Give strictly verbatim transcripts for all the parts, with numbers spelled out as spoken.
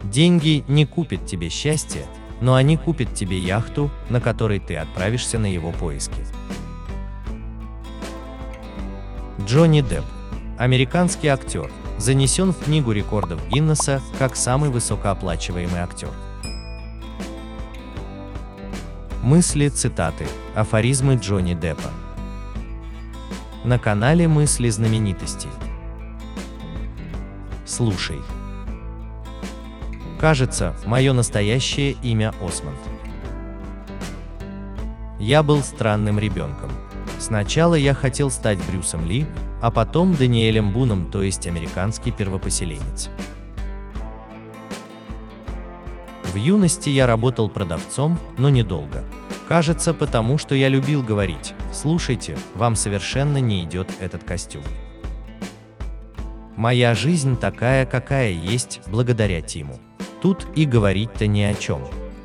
Деньги не купят тебе счастье, но они купят тебе яхту, на которой ты отправишься на его поиски. Джонни Депп, американский актер, занесен в Книгу рекордов Гиннесса как самый высокооплачиваемый актер. Мысли, цитаты, афоризмы Джонни Деппа. На канале «Мысли знаменитостей». Слушай. Кажется, мое настоящее имя Осмонд. Я был странным ребенком. Сначала я хотел стать Брюсом Ли, а потом Даниэлем Буном, то есть американский первопоселенец. В юности я работал продавцом, но недолго. Кажется, потому что я любил говорить: «Слушайте, вам совершенно не идет этот костюм». Моя жизнь такая, какая есть, благодаря Тиму. Тут и говорить-то ни о чем.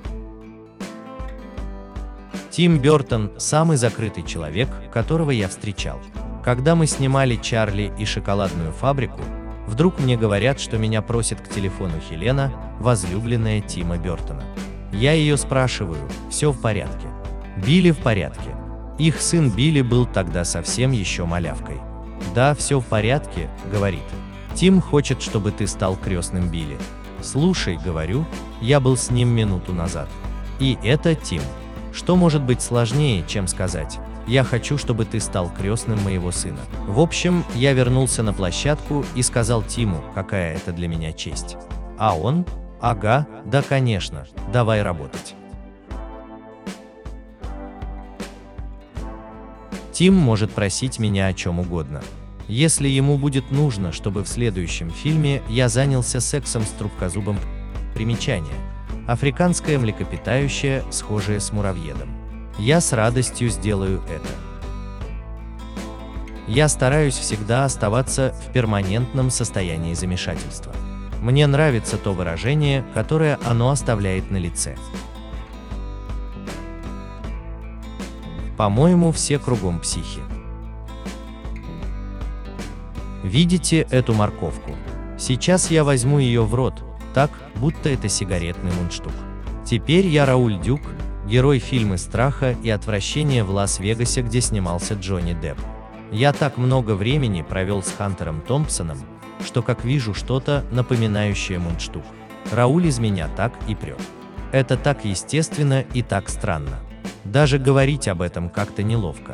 Тим Бёртон – самый закрытый человек, которого я встречал. Когда мы снимали «Чарли и шоколадную фабрику», вдруг мне говорят, что меня просит к телефону Хелена, возлюбленная Тима Бёртона. Я ее спрашиваю: все в порядке? Билли в порядке. Их сын Билли был тогда совсем еще малявкой. Да, все в порядке, говорит. Тим хочет, чтобы ты стал крестным Билли. Слушай, говорю, я был с ним минуту назад. И это Тим. Что может быть сложнее, чем сказать: я хочу, чтобы ты стал крестным моего сына? В общем, я вернулся на площадку и сказал Тиму, какая это для меня честь. А он: ага, да конечно, давай работать. Тим может просить меня о чем угодно. Если ему будет нужно, чтобы в следующем фильме я занялся сексом с трубкозубом. Примечание. Африканское млекопитающее, схожее с муравьедом. Я с радостью сделаю это. Я стараюсь всегда оставаться в перманентном состоянии замешательства. Мне нравится то выражение, которое оно оставляет на лице. По-моему, все кругом психи. Видите эту морковку? Сейчас я возьму ее в рот, так, будто это сигаретный мундштук. Теперь я Рауль Дюк, герой фильма «Страха и отвращения» в Лас-Вегасе, где снимался Джонни Депп. Я так много времени провел с Хантером Томпсоном, что как вижу что-то, напоминающее мундштук, Рауль из меня так и прет. Это так естественно и так странно. Даже говорить об этом как-то неловко.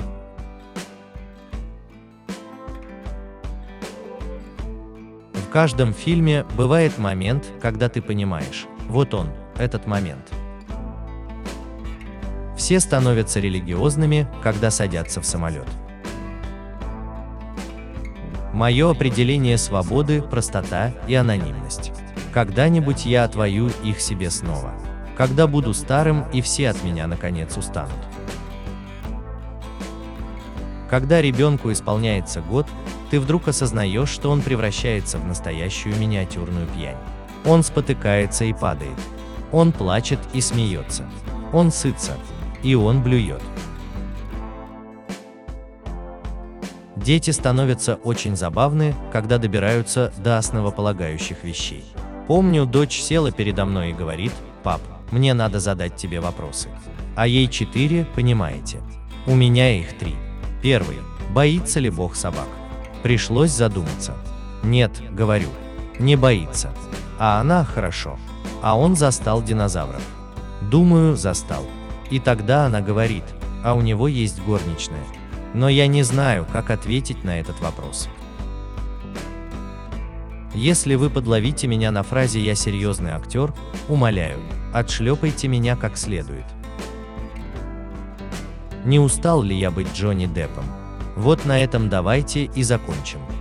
В каждом фильме бывает момент, когда ты понимаешь: вот он, этот момент. Все становятся религиозными, когда садятся в самолет. Мое определение свободы – простота и анонимность. Когда-нибудь я отвоюю их себе снова. Когда буду старым, и все от меня наконец устанут. Когда ребенку исполняется год, ты вдруг осознаешь, что он превращается в настоящую миниатюрную пьянь. Он спотыкается и падает. Он плачет и смеется. Он сытся. И он блюет. Дети становятся очень забавны, когда добираются до основополагающих вещей. Помню, дочь села передо мной и говорит: «Пап, мне надо задать тебе вопросы». А ей четыре, понимаете? У меня их три. Первый. Боится ли Бог собак? Пришлось задуматься. Нет, говорю, не боится. А она: хорошо. А он застал динозавров? Думаю, застал. И тогда она говорит: а у него есть горничная. Но я не знаю, как ответить на этот вопрос. Если вы подловите меня на фразе «я серьезный актер», умоляю, отшлепайте меня как следует. Не устал ли я быть Джонни Деппом? Вот на этом давайте и закончим.